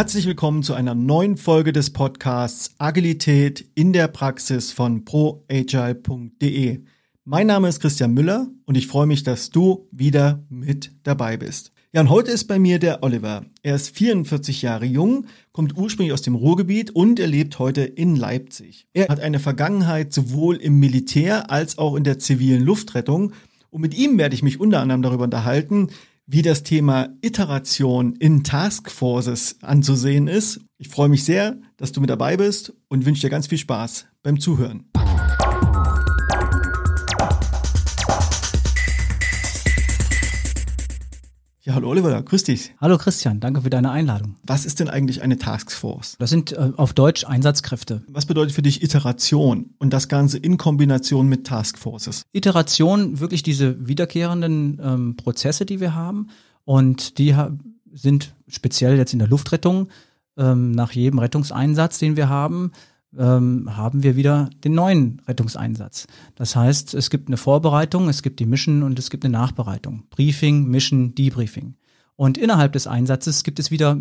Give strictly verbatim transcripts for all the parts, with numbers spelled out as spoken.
Herzlich willkommen zu einer neuen Folge des Podcasts Agilität in der Praxis von pro agile punkt de. Mein Name ist Christian Müller und ich freue mich, dass du wieder mit dabei bist. Ja, und heute ist bei mir der Oliver. Er ist vierundvierzig Jahre jung, kommt ursprünglich aus dem Ruhrgebiet und er lebt heute in Leipzig. Er hat eine Vergangenheit sowohl im Militär als auch in der zivilen Luftrettung. Und mit ihm werde ich mich unter anderem darüber unterhalten, wie das Thema Iteration in Taskforces anzusehen ist. Ich freue mich sehr, dass du mit dabei bist und wünsche dir ganz viel Spaß beim Zuhören. Ja, hallo Oliver, grüß dich. Hallo Christian, danke für deine Einladung. Was ist denn eigentlich eine Taskforce? Das sind äh, auf Deutsch Einsatzkräfte. Was bedeutet für dich Iteration und das Ganze in Kombination mit Taskforces? Iteration, wirklich diese wiederkehrenden ähm, Prozesse, die wir haben, und die ha- sind speziell jetzt in der Luftrettung, ähm, nach jedem Rettungseinsatz, den wir haben, ähm, haben wir wieder den neuen Rettungseinsatz. Das heißt, es gibt eine Vorbereitung, es gibt die Mission und es gibt eine Nachbereitung. Briefing, Mission, Debriefing. Und innerhalb des Einsatzes gibt es wieder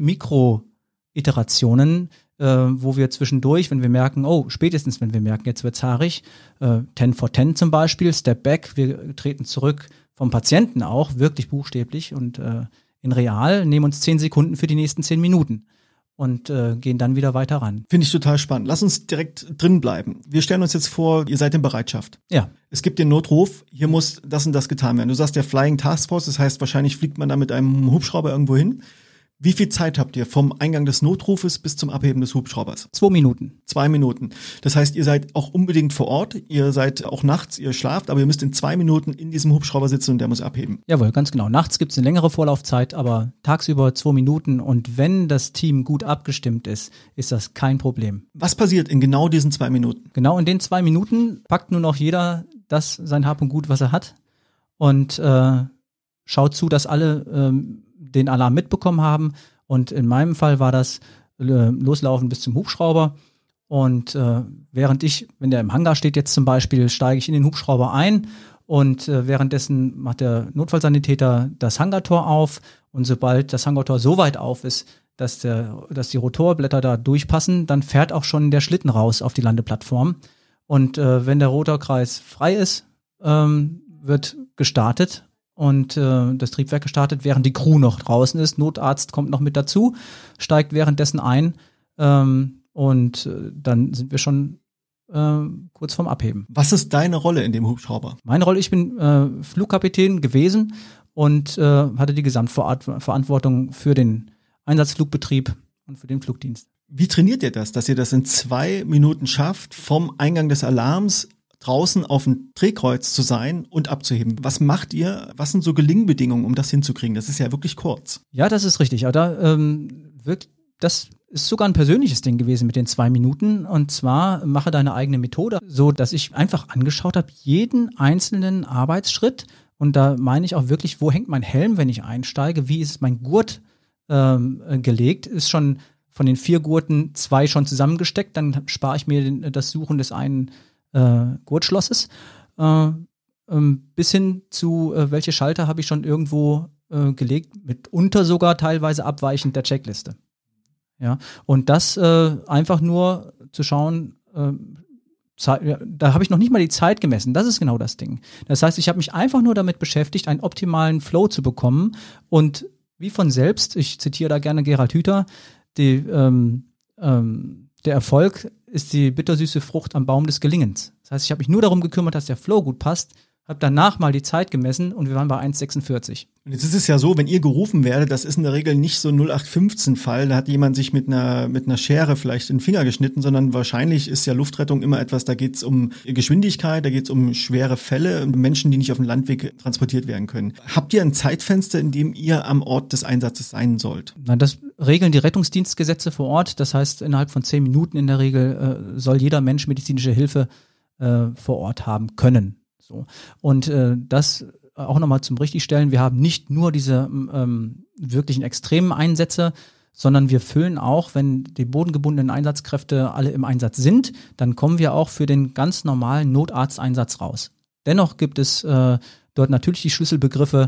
Mikro-Iterationen, äh, wo wir zwischendurch, wenn wir merken, oh, spätestens wenn wir merken, jetzt wird's haarig, äh, ten for ten zum Beispiel, Step Back, wir treten zurück vom Patienten auch, wirklich buchstäblich und äh, in real, nehmen uns zehn Sekunden für die nächsten zehn Minuten. Und äh, gehen dann wieder weiter ran. Finde ich total spannend. Lass uns direkt drin bleiben. Wir stellen uns jetzt vor, ihr seid in Bereitschaft. Ja. Es gibt den Notruf, hier muss das und das getan werden. Du sagst der Flying Task Force, das heißt, wahrscheinlich fliegt man da mit einem Hubschrauber irgendwo hin. Wie viel Zeit habt ihr vom Eingang des Notrufes bis zum Abheben des Hubschraubers? Zwei Minuten. Zwei Minuten. Das heißt, ihr seid auch unbedingt vor Ort, ihr seid auch nachts, ihr schlaft, aber ihr müsst in zwei Minuten in diesem Hubschrauber sitzen und der muss abheben. Jawohl, ganz genau. Nachts gibt es eine längere Vorlaufzeit, aber tagsüber zwei Minuten, und wenn das Team gut abgestimmt ist, ist das kein Problem. Was passiert in genau diesen zwei Minuten? Genau in den zwei Minuten packt nur noch jeder das, sein Hab und Gut, was er hat, und äh, schaut zu, dass alle ähm, den Alarm mitbekommen haben. Und in meinem Fall war das äh, Loslaufen bis zum Hubschrauber. Und äh, während ich, wenn der im Hangar steht jetzt zum Beispiel, steige ich in den Hubschrauber ein und äh, währenddessen macht der Notfallsanitäter das Hangartor auf. Und sobald das Hangartor so weit auf ist, dass, der, dass die Rotorblätter da durchpassen, dann fährt auch schon der Schlitten raus auf die Landeplattform. Und äh, wenn der Rotorkreis frei ist, ähm, wird gestartet. Und äh, das Triebwerk gestartet, während die Crew noch draußen ist. Notarzt kommt noch mit dazu, steigt währenddessen ein ähm, und äh, dann sind wir schon äh, kurz vorm Abheben. Was ist deine Rolle in dem Hubschrauber? Meine Rolle, ich bin äh, Flugkapitän gewesen und äh, hatte die Gesamtverantwortung für den Einsatzflugbetrieb und für den Flugdienst. Wie trainiert ihr das, dass ihr das in zwei Minuten schafft, vom Eingang des Alarms draußen auf dem Drehkreuz zu sein und abzuheben? Was macht ihr? Was sind so Gelingbedingungen, um das hinzukriegen? Das ist ja wirklich kurz. Ja, das ist richtig. Aber da ähm, wirkt, das ist sogar ein persönliches Ding gewesen mit den zwei Minuten. Und zwar mache deine eigene Methode, so dass ich einfach angeschaut habe, jeden einzelnen Arbeitsschritt. Und da meine ich auch wirklich, wo hängt mein Helm, wenn ich einsteige? Wie ist mein Gurt ähm, gelegt? Ist schon von den vier Gurten zwei schon zusammengesteckt? Dann spare ich mir den, das Suchen des einen Äh, Gurtschlosses, äh, ähm, bis hin zu, äh, welche Schalter habe ich schon irgendwo äh, gelegt, mitunter sogar teilweise abweichend der Checkliste. Ja, und das äh, einfach nur zu schauen, äh, Zeit, ja, da habe ich noch nicht mal die Zeit gemessen, das ist genau das Ding. Das heißt, ich habe mich einfach nur damit beschäftigt, einen optimalen Flow zu bekommen, und wie von selbst, ich zitiere da gerne Gerald Hüther, die ähm, ähm, der Erfolg ist die bittersüße Frucht am Baum des Gelingens. Das heißt, ich habe mich nur darum gekümmert, dass der Flow gut passt, habe danach mal die Zeit gemessen und wir waren bei eins Komma sechsundvierzig. Und jetzt ist es ja so, wenn ihr gerufen werdet, das ist in der Regel nicht so ein null acht fünfzehn Fall, da hat jemand sich mit einer mit einer Schere vielleicht den Finger geschnitten, sondern wahrscheinlich ist ja Luftrettung immer etwas, da geht es um Geschwindigkeit, da geht es um schwere Fälle, um Menschen, die nicht auf dem Landweg transportiert werden können. Habt ihr ein Zeitfenster, in dem ihr am Ort des Einsatzes sein sollt? Nein, das regeln die Rettungsdienstgesetze vor Ort. Das heißt, innerhalb von zehn Minuten in der Regel äh, soll jeder Mensch medizinische Hilfe äh, vor Ort haben können. So. Und äh, das auch nochmal zum Richtigstellen, wir haben nicht nur diese ähm, wirklichen extremen Einsätze, sondern wir füllen auch, wenn die bodengebundenen Einsatzkräfte alle im Einsatz sind, dann kommen wir auch für den ganz normalen Notarzteinsatz raus. Dennoch gibt es äh, dort natürlich die Schlüsselbegriffe,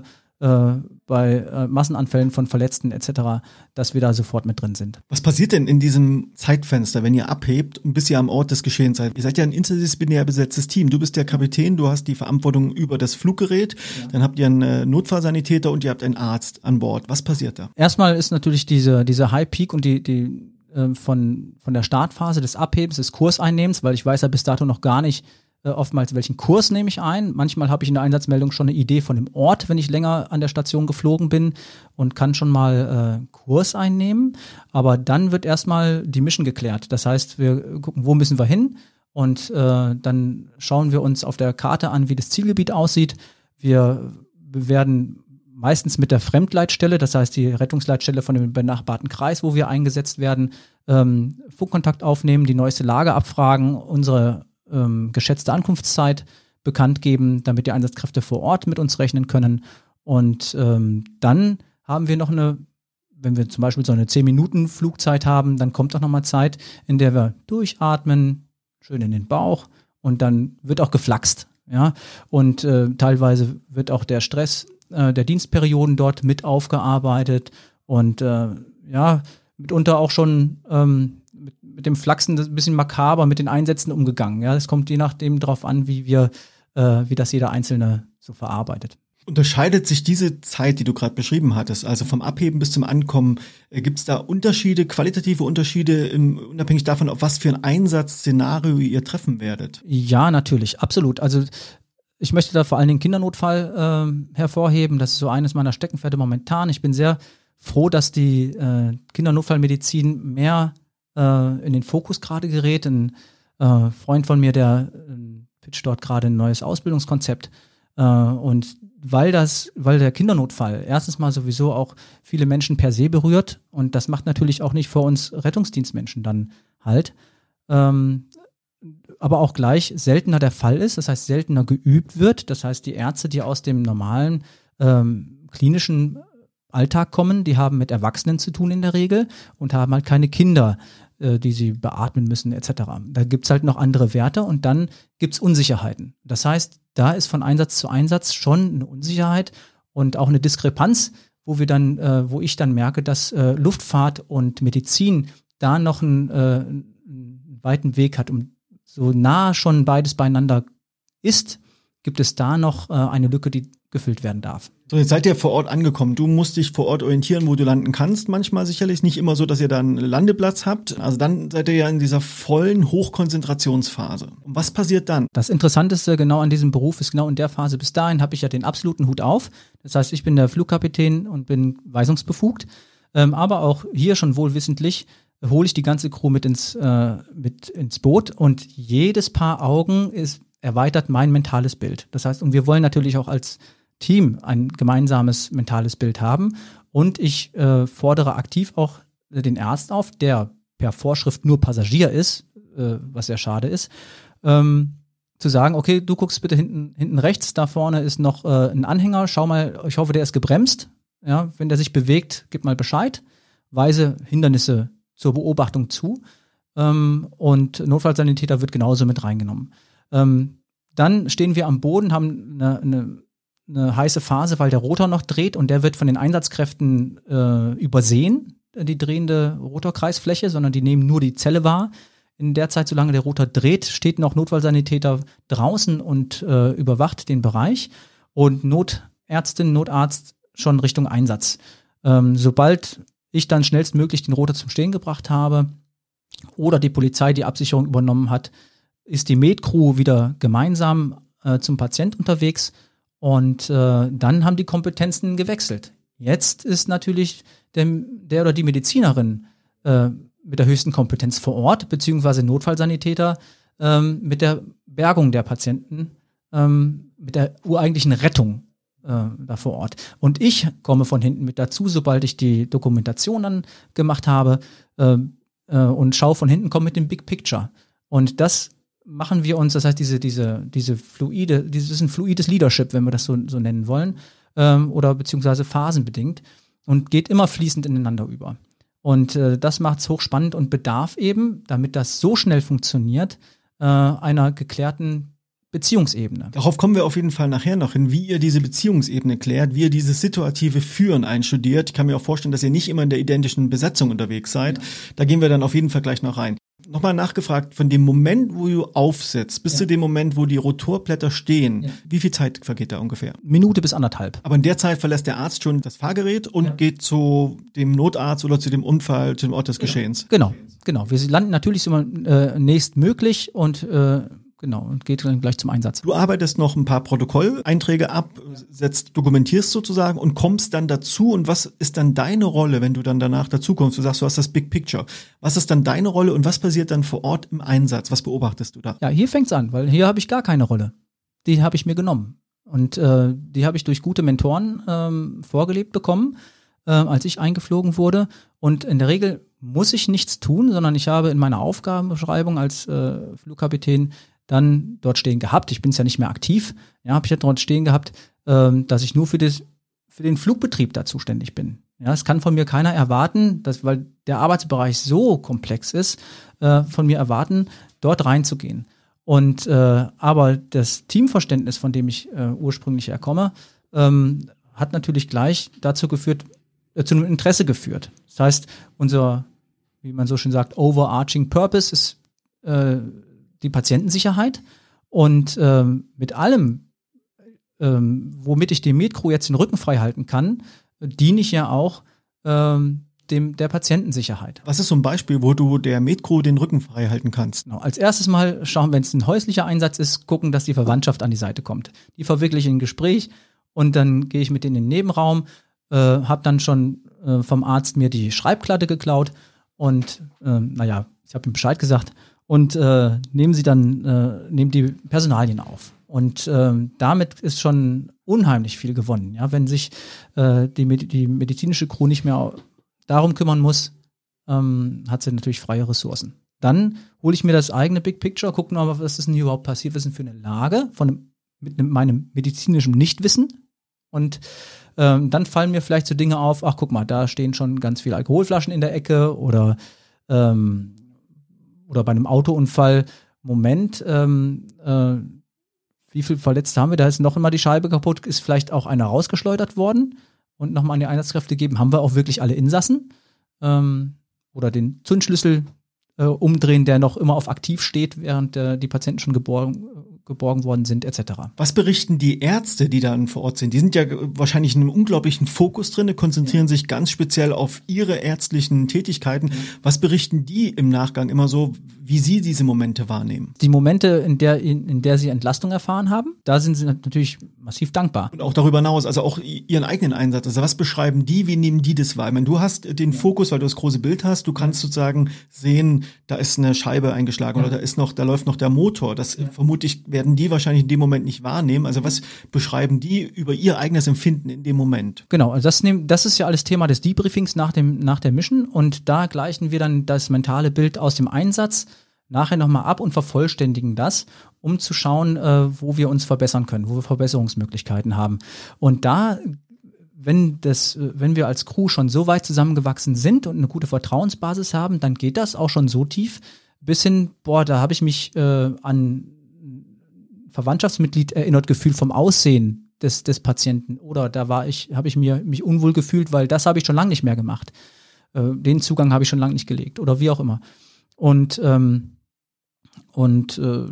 äh, bei äh, Massenanfällen von Verletzten et cetera, dass wir da sofort mit drin sind. Was passiert denn in diesem Zeitfenster, wenn ihr abhebt und bis ihr am Ort des Geschehens seid? Ihr seid ja ein interdisziplinär besetztes Team. Du bist der Kapitän, du hast die Verantwortung über das Fluggerät, ja. Dann habt ihr einen äh, Notfallsanitäter und ihr habt einen Arzt an Bord. Was passiert da? Erstmal ist natürlich diese, diese High Peak und die, die äh, von, von der Startphase des Abhebens, des Kurseinnehmens, weil ich weiß ja bis dato noch gar nicht, oftmals, welchen Kurs nehme ich ein. Manchmal habe ich in der Einsatzmeldung schon eine Idee von dem Ort, wenn ich länger an der Station geflogen bin und kann schon mal äh, Kurs einnehmen. Aber dann wird erstmal die Mission geklärt. Das heißt, wir gucken, wo müssen wir hin und äh, dann schauen wir uns auf der Karte an, wie das Zielgebiet aussieht. Wir werden meistens mit der Fremdleitstelle, das heißt die Rettungsleitstelle von dem benachbarten Kreis, wo wir eingesetzt werden, ähm, Funkkontakt aufnehmen, die neueste Lage abfragen, unsere Ähm, geschätzte Ankunftszeit bekannt geben, damit die Einsatzkräfte vor Ort mit uns rechnen können. Und ähm, dann haben wir noch eine, wenn wir zum Beispiel so eine zehn Minuten Flugzeit haben, dann kommt auch noch mal Zeit, in der wir durchatmen, schön in den Bauch und dann wird auch geflaxt. Ja? Und äh, teilweise wird auch der Stress äh, der Dienstperioden dort mit aufgearbeitet und äh, ja, mitunter auch schon ähm, mit, mit dem Flachsen ein bisschen makaber mit den Einsätzen umgegangen. Ja, es kommt je nachdem drauf an, wie wir, äh, wie das jeder Einzelne so verarbeitet. Unterscheidet sich diese Zeit, die du gerade beschrieben hattest, also vom Abheben bis zum Ankommen, äh, gibt es da Unterschiede, qualitative Unterschiede, im, unabhängig davon, auf was für ein Einsatzszenario ihr treffen werdet? Ja, natürlich, absolut. Also ich möchte da vor allem den Kindernotfall äh, hervorheben. Das ist so eines meiner Steckenpferde momentan. Ich bin sehr froh, dass die äh, Kindernotfallmedizin mehr äh, in den Fokus gerade gerät. Ein äh, Freund von mir, der äh, pitcht dort gerade ein neues Ausbildungskonzept. Äh, und weil das, weil der Kindernotfall erstens mal sowieso auch viele Menschen per se berührt und das macht natürlich auch nicht vor uns Rettungsdienstmenschen dann halt, ähm, aber auch gleich seltener der Fall ist, das heißt seltener geübt wird, das heißt die Ärzte, die aus dem normalen ähm, klinischen Alltag kommen, die haben mit Erwachsenen zu tun in der Regel und haben halt keine Kinder, äh, die sie beatmen müssen et cetera. Da gibt's halt noch andere Werte und dann gibt's Unsicherheiten. Das heißt, da ist von Einsatz zu Einsatz schon eine Unsicherheit und auch eine Diskrepanz, wo wir dann, äh, wo ich dann merke, dass äh, Luftfahrt und Medizin da noch einen, äh, einen weiten Weg hat. Und so nah schon beides beieinander ist, gibt es da noch äh, eine Lücke, die gefüllt werden darf. So, jetzt seid ihr vor Ort angekommen. Du musst dich vor Ort orientieren, wo du landen kannst. Manchmal sicherlich nicht immer so, dass ihr da einen Landeplatz habt. Also dann seid ihr ja in dieser vollen Hochkonzentrationsphase. Und was passiert dann? Das Interessanteste genau an diesem Beruf ist genau in der Phase. Bis dahin habe ich ja den absoluten Hut auf. Das heißt, ich bin der Flugkapitän und bin weisungsbefugt. Ähm, aber auch hier schon wohlwissentlich hole ich die ganze Crew mit ins, äh, mit ins Boot. Und jedes Paar Augen ist erweitert mein mentales Bild. Das heißt, und wir wollen natürlich auch als Team ein gemeinsames mentales Bild haben. Und ich äh, fordere aktiv auch den Arzt auf, der per Vorschrift nur Passagier ist, äh, was sehr schade ist, ähm, zu sagen, okay, du guckst bitte hinten, hinten rechts, da vorne ist noch äh, ein Anhänger, schau mal, ich hoffe, der ist gebremst. Ja, wenn der sich bewegt, gib mal Bescheid, weise Hindernisse zur Beobachtung zu. Ähm, und Notfallsanitäter wird genauso mit reingenommen. Ähm, dann stehen wir am Boden, haben eine, eine, eine heiße Phase, weil der Rotor noch dreht und der wird von den Einsatzkräften äh, übersehen, die drehende Rotorkreisfläche, sondern die nehmen nur die Zelle wahr. In der Zeit, solange der Rotor dreht, steht noch Notfallsanitäter draußen und äh, überwacht den Bereich und Notärztin, Notarzt schon Richtung Einsatz. Ähm, sobald ich dann schnellstmöglich den Rotor zum Stehen gebracht habe oder die Polizei die Absicherung übernommen hat, ist die Med-Crew wieder gemeinsam äh, zum Patient unterwegs und äh, dann haben die Kompetenzen gewechselt. Jetzt ist natürlich der, der oder die Medizinerin äh, mit der höchsten Kompetenz vor Ort, beziehungsweise Notfallsanitäter ähm, mit der Bergung der Patienten, ähm, mit der ureigentlichen Rettung äh, da vor Ort. Und ich komme von hinten mit dazu, sobald ich die Dokumentation dann gemacht habe äh, äh, und schaue von hinten, komme mit dem Big Picture. Und das machen wir uns, das heißt, diese, diese, diese fluide, dieses ist ein fluides Leadership, wenn wir das so, so nennen wollen, ähm, oder beziehungsweise phasenbedingt und geht immer fließend ineinander über. Und äh, das macht es hochspannend und bedarf eben, damit das so schnell funktioniert, äh, einer geklärten Beziehungsebene. Darauf kommen wir auf jeden Fall nachher noch hin, wie ihr diese Beziehungsebene klärt, wie ihr dieses situative Führen einstudiert. Ich kann mir auch vorstellen, dass ihr nicht immer in der identischen Besetzung unterwegs seid. Ja. Da gehen wir dann auf jeden Fall gleich noch rein. Nochmal nachgefragt, von dem Moment, wo du aufsetzt, bis ja. zu dem Moment, wo die Rotorblätter stehen, ja. wie viel Zeit vergeht da ungefähr? Minute bis anderthalb. Aber in der Zeit verlässt der Arzt schon das Fahrgerät und ja. geht zu dem Notarzt oder zu dem Unfall, zu dem Ort des genau. Geschehens. Genau, genau. Wir landen natürlich immer äh, nächstmöglich und äh, Genau, und geht dann gleich zum Einsatz. Du arbeitest noch ein paar Protokolleinträge ab, setzt, dokumentierst sozusagen und kommst dann dazu. Und was ist dann deine Rolle, wenn du dann danach dazu kommst? Du sagst, du hast das Big Picture. Was ist dann deine Rolle und was passiert dann vor Ort im Einsatz? Was beobachtest du da? Ja, hier fängt's an, weil hier habe ich gar keine Rolle. Die habe ich mir genommen. Und äh, die habe ich durch gute Mentoren ähm, vorgelebt bekommen, äh, als ich eingeflogen wurde. Und in der Regel muss ich nichts tun, sondern ich habe in meiner Aufgabenbeschreibung als äh, Flugkapitän dann dort stehen gehabt, ich bin es ja nicht mehr aktiv, ja, habe ich ja dort stehen gehabt, ähm, dass ich nur für, das, für den Flugbetrieb da zuständig bin. Ja, es kann von mir keiner erwarten, dass, weil der Arbeitsbereich so komplex ist, äh, von mir erwarten, dort reinzugehen. Und äh, aber das Teamverständnis, von dem ich äh, ursprünglich herkomme, ähm, hat natürlich gleich dazu geführt, äh, zu einem Interesse geführt. Das heißt, unser, wie man so schön sagt, overarching purpose ist äh, die Patientensicherheit und ähm, mit allem, ähm, womit ich dem Med-Crew jetzt den Rücken frei halten kann, diene ich ja auch ähm, dem der Patientensicherheit. Was ist so ein Beispiel, wo du der Med-Crew den Rücken frei halten kannst? Genau. Als erstes mal schauen, wenn es ein häuslicher Einsatz ist, gucken, dass die Verwandtschaft an die Seite kommt. Die verwirkliche ein Gespräch und dann gehe ich mit denen in den Nebenraum, äh, habe dann schon äh, vom Arzt mir die Schreibklatte geklaut und äh, naja, ich habe ihm Bescheid gesagt und äh, nehmen sie dann, äh, nehmen die Personalien auf. Und ähm, damit ist schon unheimlich viel gewonnen. Ja, wenn sich äh, die, Med- die medizinische Crew nicht mehr darum kümmern muss, ähm, hat sie natürlich freie Ressourcen. Dann hole ich mir das eigene Big Picture, gucke mal, was ist denn hier überhaupt passiert, was ist denn für eine Lage von einem, mit einem, meinem medizinischen Nichtwissen. Und ähm, dann fallen mir vielleicht so Dinge auf, ach guck mal, da stehen schon ganz viele Alkoholflaschen in der Ecke oder ähm, oder bei einem Autounfall, Moment, ähm, äh, wie viele Verletzte haben wir? Da ist noch immer die Scheibe kaputt, ist vielleicht auch einer rausgeschleudert worden und nochmal an die Einsatzkräfte gegeben. Haben wir auch wirklich alle Insassen? Ähm, oder den Zündschlüssel äh, umdrehen, der noch immer auf aktiv steht, während äh, die Patienten schon geborgen, geborgen worden sind, et cetera. Was berichten die Ärzte, die dann vor Ort sind? Die sind ja wahrscheinlich in einem unglaublichen Fokus drin, konzentrieren ja. sich ganz speziell auf ihre ärztlichen Tätigkeiten. Ja. Was berichten die im Nachgang immer so, wie sie diese Momente wahrnehmen? Die Momente, in der, in, in der sie Entlastung erfahren haben, da sind sie natürlich massiv dankbar. Und auch darüber hinaus, also auch ihren eigenen Einsatz. Also was beschreiben die, wie nehmen die das wahr? Ich meine, du hast den ja. Fokus, weil du das große Bild hast, du kannst sozusagen sehen, da ist eine Scheibe eingeschlagen ja. oder da ist noch, da läuft noch der Motor. Das ja. vermutlich werden die wahrscheinlich in dem Moment nicht wahrnehmen. Also was beschreiben die über ihr eigenes Empfinden in dem Moment? Genau, also das, nehm, das ist ja alles Thema des Debriefings nach dem nach der Mission und da gleichen wir dann das mentale Bild aus dem Einsatz nachher nochmal ab und vervollständigen das, um zu schauen, äh, wo wir uns verbessern können, wo wir Verbesserungsmöglichkeiten haben. Und da, wenn das, wenn wir als Crew schon so weit zusammengewachsen sind und eine gute Vertrauensbasis haben, dann geht das auch schon so tief, bis hin, boah, da habe ich mich äh, an Verwandtschaftsmitglied erinnert gefühlt vom Aussehen des, des Patienten oder da war ich, habe ich mir mich unwohl gefühlt, weil das habe ich schon lange nicht mehr gemacht. Äh, den Zugang habe ich schon lange nicht gelegt oder wie auch immer. Und ähm, und äh,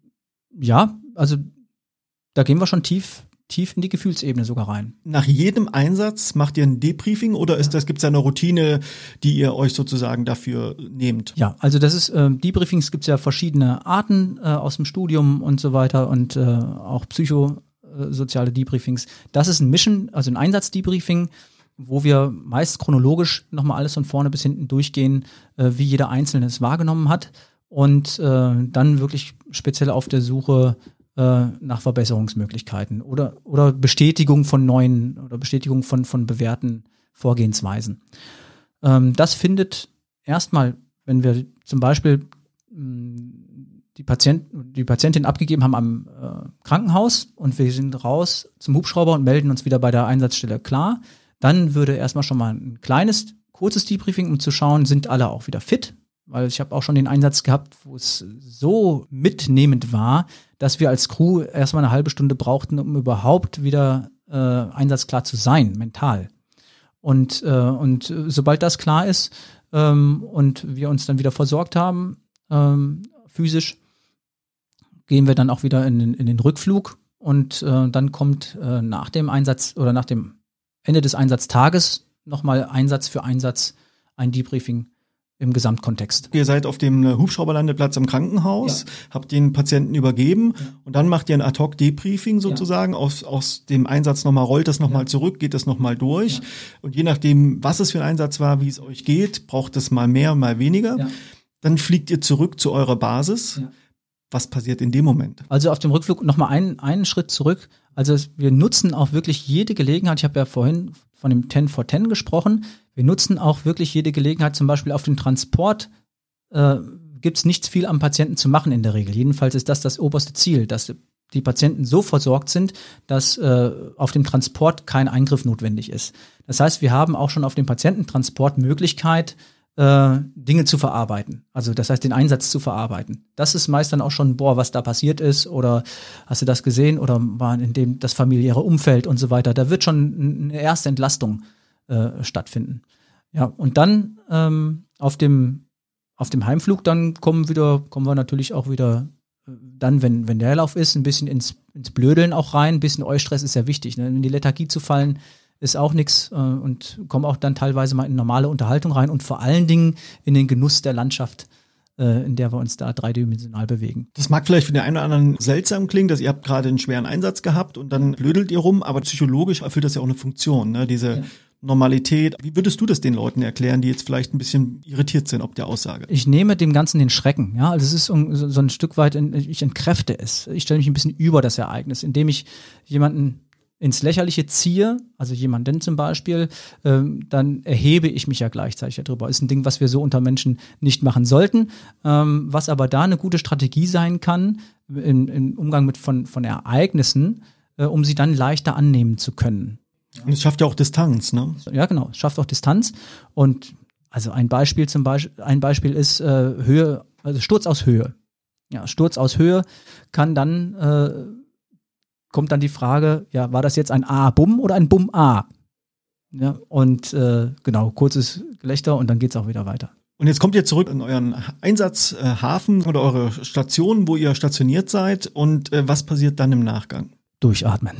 ja, also da gehen wir schon tief tief in die Gefühlsebene sogar rein. Nach jedem Einsatz macht ihr ein Debriefing oder ist das, gibt's da eine Routine, die ihr euch sozusagen dafür nehmt? Ja, also das ist, äh, Debriefings gibt's ja verschiedene Arten äh, aus dem Studium und so weiter und äh, auch psychosoziale Debriefings. Das ist ein Mission, also ein Einsatz-Debriefing, wo wir meist chronologisch nochmal alles von vorne bis hinten durchgehen, äh, wie jeder Einzelne es wahrgenommen hat und äh, dann wirklich speziell auf der Suche nach Verbesserungsmöglichkeiten oder oder Bestätigung von neuen oder Bestätigung von von bewährten Vorgehensweisen. Ähm, das findet erstmal, wenn wir zum Beispiel mh, die Patienten die Patientin abgegeben haben am äh, Krankenhaus und wir sind raus zum Hubschrauber und melden uns wieder bei der Einsatzstelle klar, dann würde erstmal schon mal ein kleines kurzes Debriefing, um zu schauen, sind alle auch wieder fit, weil ich habe auch schon den Einsatz gehabt, wo es so mitnehmend war, dass wir als Crew erstmal eine halbe Stunde brauchten, um überhaupt wieder äh, einsatzklar zu sein, mental. Und, äh, und sobald das klar ist ähm, und wir uns dann wieder versorgt haben, ähm, physisch, gehen wir dann auch wieder in den, in den Rückflug und äh, dann kommt äh, nach dem Einsatz oder nach dem Ende des Einsatztages nochmal Einsatz für Einsatz ein Debriefing im Gesamtkontext. Ihr seid auf dem Hubschrauberlandeplatz im Krankenhaus, ja. habt den Patienten übergeben ja. und dann macht ihr ein Ad-Hoc-Debriefing sozusagen. Ja. Aus, aus dem Einsatz nochmal, rollt das nochmal ja. zurück, geht das nochmal durch. Ja. Und je nachdem, was es für ein Einsatz war, wie es euch geht, braucht es mal mehr, mal weniger. Ja. Dann fliegt ihr zurück zu eurer Basis. Ja. Was passiert in dem Moment? Also auf dem Rückflug nochmal einen, einen Schritt zurück. Also wir nutzen auch wirklich jede Gelegenheit. Ich habe ja vorhin von dem ten for ten gesprochen. Wir nutzen auch wirklich jede Gelegenheit. Zum Beispiel auf dem Transport äh, gibt es nicht viel am Patienten zu machen in der Regel. Jedenfalls ist das das oberste Ziel, dass die Patienten so versorgt sind, dass äh, auf dem Transport kein Eingriff notwendig ist. Das heißt, wir haben auch schon auf dem Patiententransport Möglichkeit, äh, Dinge zu verarbeiten. Also das heißt, den Einsatz zu verarbeiten. Das ist meist dann auch schon, boah, was da passiert ist oder hast du das gesehen oder war in dem das familiäre Umfeld und so weiter. Da wird schon eine erste Entlastung äh, stattfinden. Ja, und dann ähm, auf dem auf dem Heimflug, dann kommen wieder, kommen wir natürlich auch wieder dann, wenn, wenn der Lauf ist, ein bisschen ins, ins Blödeln auch rein. Ein bisschen Eustress ist ja wichtig. Ne? In die Lethargie zu fallen, ist auch nichts äh, und kommen auch dann teilweise mal in normale Unterhaltung rein und vor allen Dingen in den Genuss der Landschaft, äh, in der wir uns da dreidimensional bewegen. Das mag vielleicht für den einen oder anderen seltsam klingen, dass ihr habt gerade einen schweren Einsatz gehabt und dann blödelt ihr rum, aber psychologisch erfüllt das ja auch eine Funktion, ne? Diese ja. Normalität. Wie würdest du das den Leuten erklären, die jetzt vielleicht ein bisschen irritiert sind ob der Aussage? Ich nehme dem Ganzen den Schrecken. Ja, also es ist so, so ein Stück weit, ich entkräfte es. Ich stelle mich ein bisschen über das Ereignis, indem ich jemanden ins Lächerliche ziehe, also jemanden zum Beispiel, ähm, dann erhebe ich mich ja gleichzeitig darüber. Ist ein Ding, was wir so unter Menschen nicht machen sollten, ähm, was aber da eine gute Strategie sein kann im, im Umgang mit von, von Ereignissen, äh, um sie dann leichter annehmen zu können. Und es schafft ja auch Distanz, ne? Ja, genau, es schafft auch Distanz. Und also ein Beispiel zum Beispiel, ein Beispiel ist äh, Höhe, also Sturz aus Höhe. Ja, Sturz aus Höhe kann dann äh, kommt dann die Frage, ja, war das jetzt ein A-Bumm oder ein Bumm-A? Ja, und äh, genau, kurzes Gelächter und dann geht's auch wieder weiter. Und jetzt kommt ihr zurück in euren Einsatzhafen äh, oder eure Station, wo ihr stationiert seid. Und äh, was passiert dann im Nachgang? Durchatmen.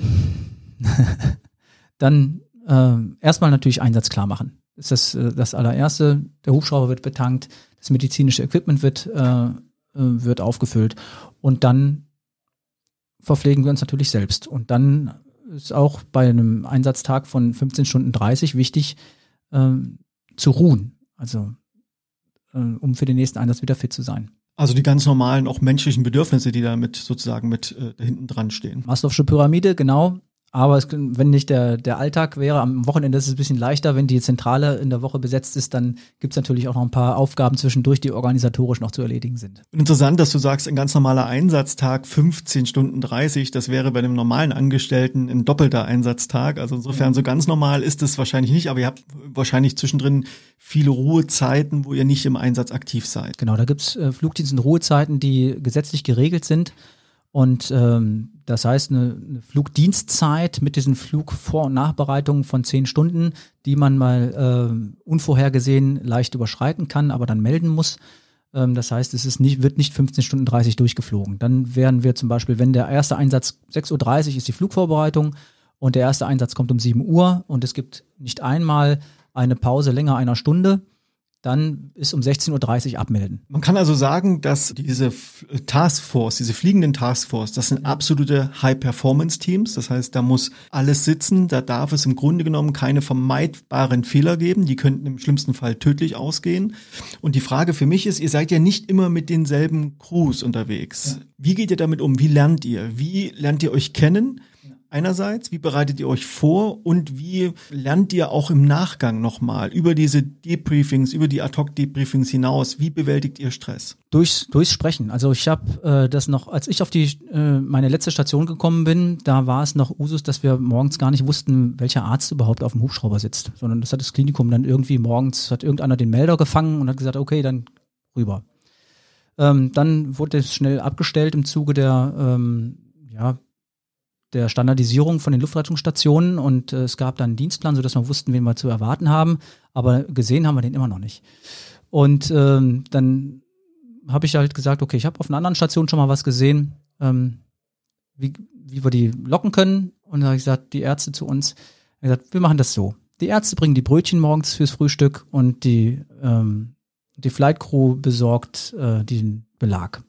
Dann äh, erstmal natürlich Einsatz klar machen. Das ist das, äh, das allererste. Der Hubschrauber wird betankt, das medizinische Equipment wird, äh, äh, wird aufgefüllt und dann verpflegen wir uns natürlich selbst. Und dann ist auch bei einem Einsatztag von fünfzehn Stunden dreißig wichtig, äh, zu ruhen. Also äh, um für den nächsten Einsatz wieder fit zu sein. Also die ganz normalen, auch menschlichen Bedürfnisse, die da mit sozusagen mit äh, da hinten dran stehen. Maslow'sche Pyramide, genau. Aber es, wenn nicht der, der Alltag wäre, am Wochenende ist es ein bisschen leichter. Wenn die Zentrale in der Woche besetzt ist, dann gibt es natürlich auch noch ein paar Aufgaben zwischendurch, die organisatorisch noch zu erledigen sind. Interessant, dass du sagst, ein ganz normaler Einsatztag, fünfzehn Stunden dreißig, das wäre bei einem normalen Angestellten ein doppelter Einsatztag. Also insofern so ganz normal ist es wahrscheinlich nicht, aber ihr habt wahrscheinlich zwischendrin viele Ruhezeiten, wo ihr nicht im Einsatz aktiv seid. Genau, da gibt es äh, Flugdienst- und Ruhezeiten, die gesetzlich geregelt sind. Und ähm, das heißt, eine, eine Flugdienstzeit mit diesen Flugvor- und Nachbereitungen von zehn Stunden, die man mal äh, unvorhergesehen leicht überschreiten kann, aber dann melden muss. Ähm, das heißt, es ist nicht, wird nicht fünfzehn Stunden dreißig durchgeflogen. Dann wären wir zum Beispiel, wenn der erste Einsatz sechs Uhr dreißig ist die Flugvorbereitung und der erste Einsatz kommt um sieben Uhr und es gibt nicht einmal eine Pause länger einer Stunde, dann ist um sechzehn Uhr dreißig abmelden. Man kann also sagen, dass diese Taskforce, diese fliegenden Taskforce, das sind absolute High-Performance-Teams. Das heißt, da muss alles sitzen. Da darf es im Grunde genommen keine vermeidbaren Fehler geben. Die könnten im schlimmsten Fall tödlich ausgehen. Und die Frage für mich ist, ihr seid ja nicht immer mit denselben Crews unterwegs. Ja. Wie geht ihr damit um? Wie lernt ihr? Wie lernt ihr euch kennen? Einerseits, wie bereitet ihr euch vor und wie lernt ihr auch im Nachgang nochmal über diese Debriefings, über die Ad-Hoc-Debriefings hinaus, wie bewältigt ihr Stress? Durchs, durchs Sprechen. Also ich habe äh, das noch, als ich auf die äh, meine letzte Station gekommen bin, da war es noch Usus, dass wir morgens gar nicht wussten, welcher Arzt überhaupt auf dem Hubschrauber sitzt, sondern das hat das Klinikum dann irgendwie morgens, hat irgendeiner den Melder gefangen und hat gesagt, okay, dann rüber. Ähm, dann wurde es schnell abgestellt im Zuge der, ähm, ja, der Standardisierung von den Luftrettungsstationen und äh, es gab dann einen Dienstplan, sodass wir wussten, wen wir zu erwarten haben, aber gesehen haben wir den immer noch nicht. Und ähm, dann habe ich halt gesagt, okay, ich habe auf einer anderen Station schon mal was gesehen, ähm, wie, wie wir die locken können. Und dann habe ich gesagt, die Ärzte zu uns, ich gesagt, wir machen das so. Die Ärzte bringen die Brötchen morgens fürs Frühstück und die, ähm, die Flight Crew besorgt äh, den Belag.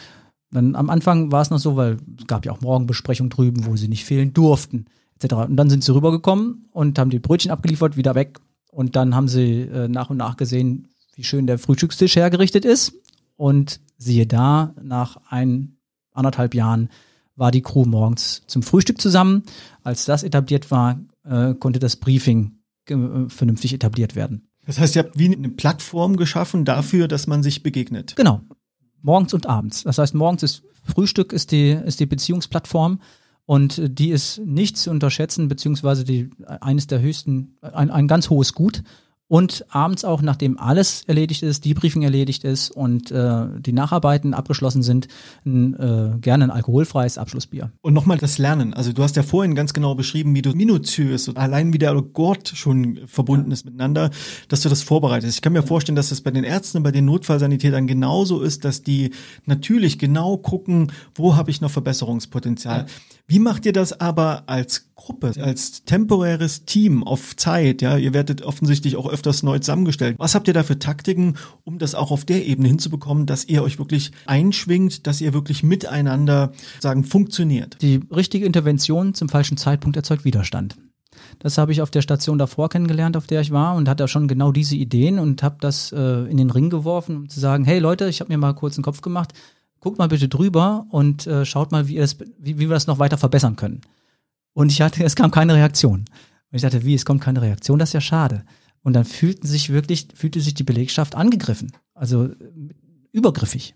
Dann am Anfang war es noch so, weil es gab ja auch Morgenbesprechungen drüben, wo sie nicht fehlen durften, et cetera. Und dann sind sie rübergekommen und haben die Brötchen abgeliefert, wieder weg. Und dann haben sie äh, nach und nach gesehen, wie schön der Frühstückstisch hergerichtet ist. Und siehe da, nach ein, anderthalb Jahren war die Crew morgens zum Frühstück zusammen. Als das etabliert war, äh, konnte das Briefing äh, vernünftig etabliert werden. Das heißt, ihr habt wie eine Plattform geschaffen dafür, dass man sich begegnet. Genau. Morgens und abends. Das heißt, morgens ist Frühstück ist die, ist die Beziehungsplattform und die ist nicht zu unterschätzen, beziehungsweise die, eines der höchsten, ein, ein ganz hohes Gut. Und abends auch, nachdem alles erledigt ist, Debriefing erledigt ist und äh, die Nacharbeiten abgeschlossen sind, ein, äh, gerne ein alkoholfreies Abschlussbier. Und nochmal das Lernen. Also du hast ja vorhin ganz genau beschrieben, wie du minutiös und allein wie der Gurt schon verbunden ist miteinander, dass du das vorbereitest. Ich kann mir vorstellen, dass das bei den Ärzten und bei den Notfallsanitätern genauso ist, dass die natürlich genau gucken, wo habe ich noch Verbesserungspotenzial. Ja. Wie macht ihr das aber als Gruppe, als temporäres Team auf Zeit? Ja, ihr werdet offensichtlich auch öfters neu zusammengestellt. Was habt ihr da für Taktiken, um das auch auf der Ebene hinzubekommen, dass ihr euch wirklich einschwingt, dass ihr wirklich miteinander sagen funktioniert? Die richtige Intervention zum falschen Zeitpunkt erzeugt Widerstand. Das habe ich auf der Station davor kennengelernt, auf der ich war und hatte schon genau diese Ideen und habe das äh, in den Ring geworfen, um zu sagen, hey Leute, ich habe mir mal kurz einen Kopf gemacht, guckt mal bitte drüber und äh, schaut mal, wie, ihr das, wie, wie wir das noch weiter verbessern können. Und ich hatte, es kam keine Reaktion. Und ich dachte, wie, es kommt keine Reaktion, das ist ja schade. Und dann fühlten sich wirklich, fühlte sich die Belegschaft angegriffen, also äh, übergriffig.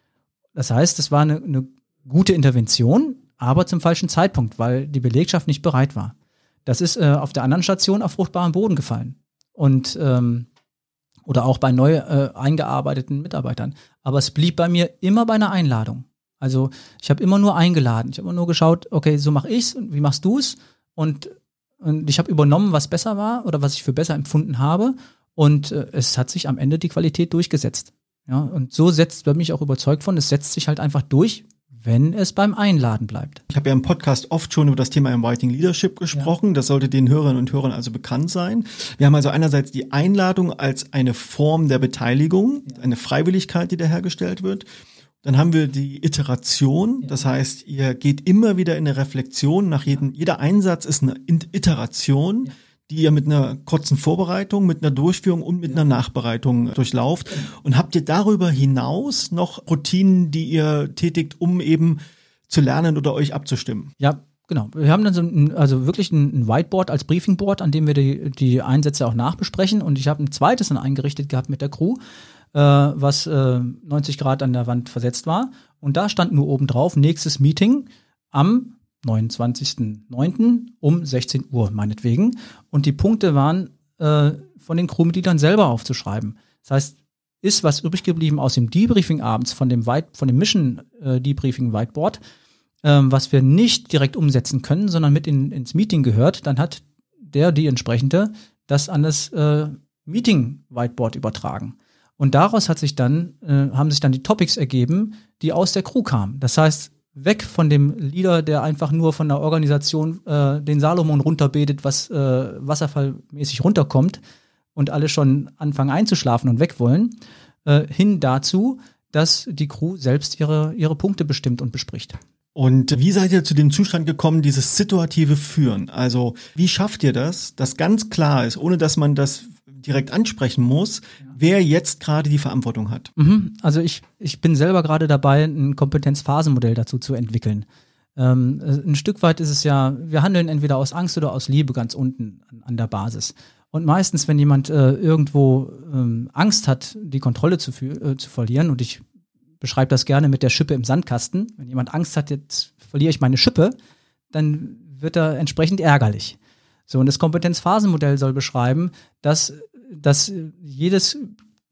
Das heißt, es war eine, eine gute Intervention, aber zum falschen Zeitpunkt, weil die Belegschaft nicht bereit war. Das ist äh, auf der anderen Station auf fruchtbaren Boden gefallen. Und ähm, oder auch bei neu äh, eingearbeiteten Mitarbeitern. Aber es blieb bei mir immer bei einer Einladung. Also ich habe immer nur eingeladen. Ich habe immer nur geschaut, okay, so mache ich's und wie machst du's? Und, und ich habe übernommen, was besser war oder was ich für besser empfunden habe. Und äh, es hat sich am Ende die Qualität durchgesetzt. Ja, und so setzt, da bin ich auch überzeugt von, es setzt sich halt einfach durch, wenn es beim Einladen bleibt. Ich habe ja im Podcast oft schon über das Thema Inviting Leadership gesprochen. Ja. Das sollte den Hörerinnen und Hörern also bekannt sein. Wir haben also einerseits die Einladung als eine Form der Beteiligung, ja. eine Freiwilligkeit, die da hergestellt wird. Dann haben wir die Iteration. Ja. Das heißt, ihr geht immer wieder in eine Reflexion. Nach jedem, jeder Einsatz ist eine Iteration, ja. die ihr mit einer kurzen Vorbereitung, mit einer Durchführung und mit ja. einer Nachbereitung durchlauft. Ja. Und habt ihr darüber hinaus noch Routinen, die ihr tätigt, um eben zu lernen oder euch abzustimmen? Ja, genau. Wir haben dann so ein, also wirklich ein Whiteboard als Briefingboard, an dem wir die, die Einsätze auch nachbesprechen. Und ich habe ein zweites dann eingerichtet gehabt mit der Crew, äh, was äh, neunzig Grad an der Wand versetzt war. Und da stand nur oben drauf, nächstes Meeting am neunundzwanzigsten neunten um sechzehn Uhr meinetwegen. Und die Punkte waren äh, von den Crewmitgliedern selber aufzuschreiben. Das heißt, ist was übrig geblieben aus dem Debriefing abends von dem White, von dem Mission äh, Debriefing Whiteboard, ähm, was wir nicht direkt umsetzen können, sondern mit in, ins Meeting gehört, dann hat der, die entsprechende, das an das äh, Meeting Whiteboard übertragen. Und daraus hat sich dann, äh, haben sich dann die Topics ergeben, die aus der Crew kamen. Das heißt, weg von dem Leader, der einfach nur von der Organisation äh, den Salomon runterbetet, was äh, wasserfallmäßig runterkommt und alle schon anfangen einzuschlafen und weg wollen, äh, hin dazu, dass die Crew selbst ihre, ihre Punkte bestimmt und bespricht. Und wie seid ihr zu dem Zustand gekommen, dieses situative Führen? Also wie schafft ihr das, dass ganz klar ist, ohne dass man das direkt ansprechen muss, ja. wer jetzt gerade die Verantwortung hat? Mhm. Also ich, ich bin selber gerade dabei, ein Kompetenzphasenmodell dazu zu entwickeln. Ähm, ein Stück weit ist es ja, wir handeln entweder aus Angst oder aus Liebe ganz unten an, an der Basis. Und meistens, wenn jemand äh, irgendwo ähm, Angst hat, die Kontrolle zu, äh, zu verlieren, und ich beschreibe das gerne mit der Schippe im Sandkasten, wenn jemand Angst hat, jetzt verliere ich meine Schippe, dann wird er entsprechend ärgerlich. So, und das Kompetenzphasenmodell soll beschreiben, dass, dass jedes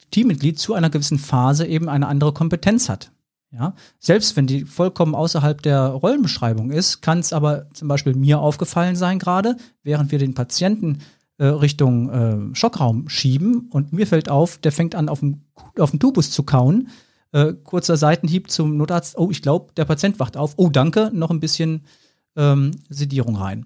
Teammitglied zu einer gewissen Phase eben eine andere Kompetenz hat. Ja, selbst wenn die vollkommen außerhalb der Rollenbeschreibung ist, kann es aber zum Beispiel mir aufgefallen sein gerade, während wir den Patienten äh, Richtung äh, Schockraum schieben und mir fällt auf, der fängt an auf dem, auf dem Tubus zu kauen, äh, kurzer Seitenhieb zum Notarzt, oh, ich glaube, der Patient wacht auf, oh, danke, noch ein bisschen ähm, Sedierung rein.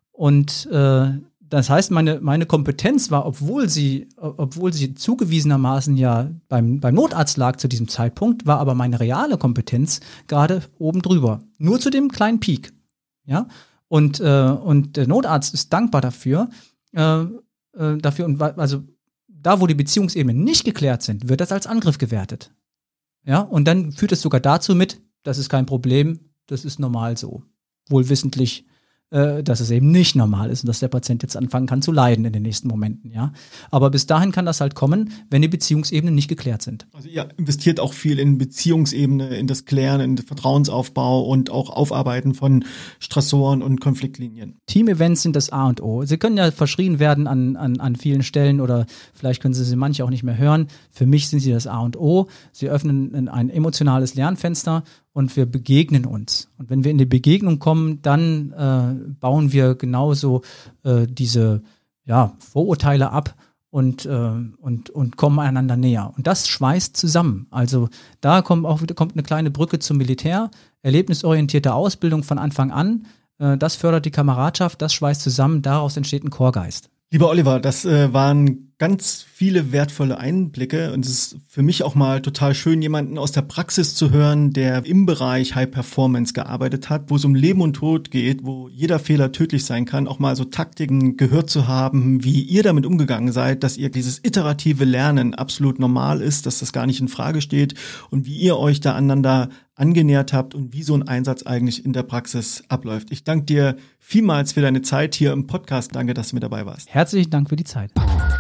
Und äh, das heißt, meine, meine Kompetenz war, obwohl sie, obwohl sie zugewiesenermaßen ja beim, beim Notarzt lag zu diesem Zeitpunkt, war aber meine reale Kompetenz gerade oben drüber. Nur zu dem kleinen Peak. Ja? Und, äh, und der Notarzt ist dankbar dafür, äh, äh, dafür und also da, wo die Beziehungsebenen nicht geklärt sind, wird das als Angriff gewertet. Ja? Und dann führt es sogar dazu mit, das ist kein Problem, das ist normal so. Wohlwissentlich, dass es eben nicht normal ist und dass der Patient jetzt anfangen kann zu leiden in den nächsten Momenten, ja. Aber bis dahin kann das halt kommen, wenn die Beziehungsebenen nicht geklärt sind. Also ihr investiert auch viel in Beziehungsebene, in das Klären, in den Vertrauensaufbau und auch Aufarbeiten von Stressoren und Konfliktlinien. Team-Events sind das A und O. Sie können ja verschrien werden an, an, an vielen Stellen oder vielleicht können Sie sie manche auch nicht mehr hören. Für mich sind sie das A und O. Sie öffnen ein emotionales Lernfenster und wir begegnen uns. Und wenn wir in die Begegnung kommen, dann äh, bauen wir genauso äh, diese ja, Vorurteile ab und, äh, und, und kommen einander näher. Und das schweißt zusammen. Also da kommt auch wieder kommt eine kleine Brücke zum Militär. Erlebnisorientierte Ausbildung von Anfang an. Äh, das fördert die Kameradschaft, das schweißt zusammen, daraus entsteht ein Chorgeist. Lieber Oliver, das äh, waren ganz viele wertvolle Einblicke und es ist für mich auch mal total schön, jemanden aus der Praxis zu hören, der im Bereich High Performance gearbeitet hat, wo es um Leben und Tod geht, wo jeder Fehler tödlich sein kann, auch mal so Taktiken gehört zu haben, wie ihr damit umgegangen seid, dass ihr dieses iterative Lernen absolut normal ist, dass das gar nicht in Frage steht und wie ihr euch da aneinander angenähert habt und wie so ein Einsatz eigentlich in der Praxis abläuft. Ich danke dir vielmals für deine Zeit hier im Podcast. Danke, dass du mit dabei warst. Herzlichen Dank für die Zeit.